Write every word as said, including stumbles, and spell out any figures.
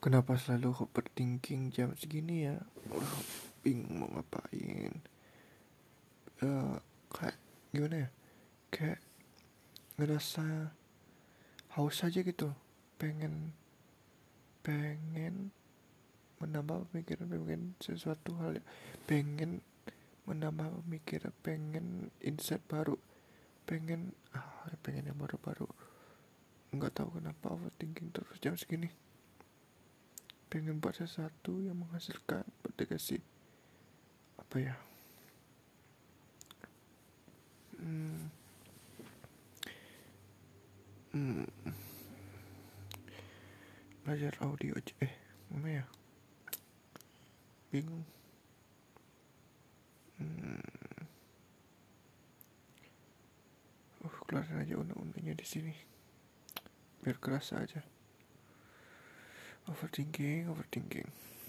Kenapa selalu overthinking jam segini ya? Udah bingung mau ngapain. Eh, Kayak gimana ya? Kayak ngerasa haus aja gitu. Pengen pengen menambah pemikiran, pengen sesuatu hal, pengen menambah pemikiran, pengen insight baru, pengen ah pengen yang baru-baru. Nggak tahu kenapa overthinking terus jam segini. Pengen buat sesuatu yang menghasilkan, berdikasi apa ya? Hmm, hmm, belajar audio aja. Eh, mana ya? Bingung. Hmm, uh, keluarin aja undang-undangnya di sini. Biar kerasa aja. Overthinking, overthinking.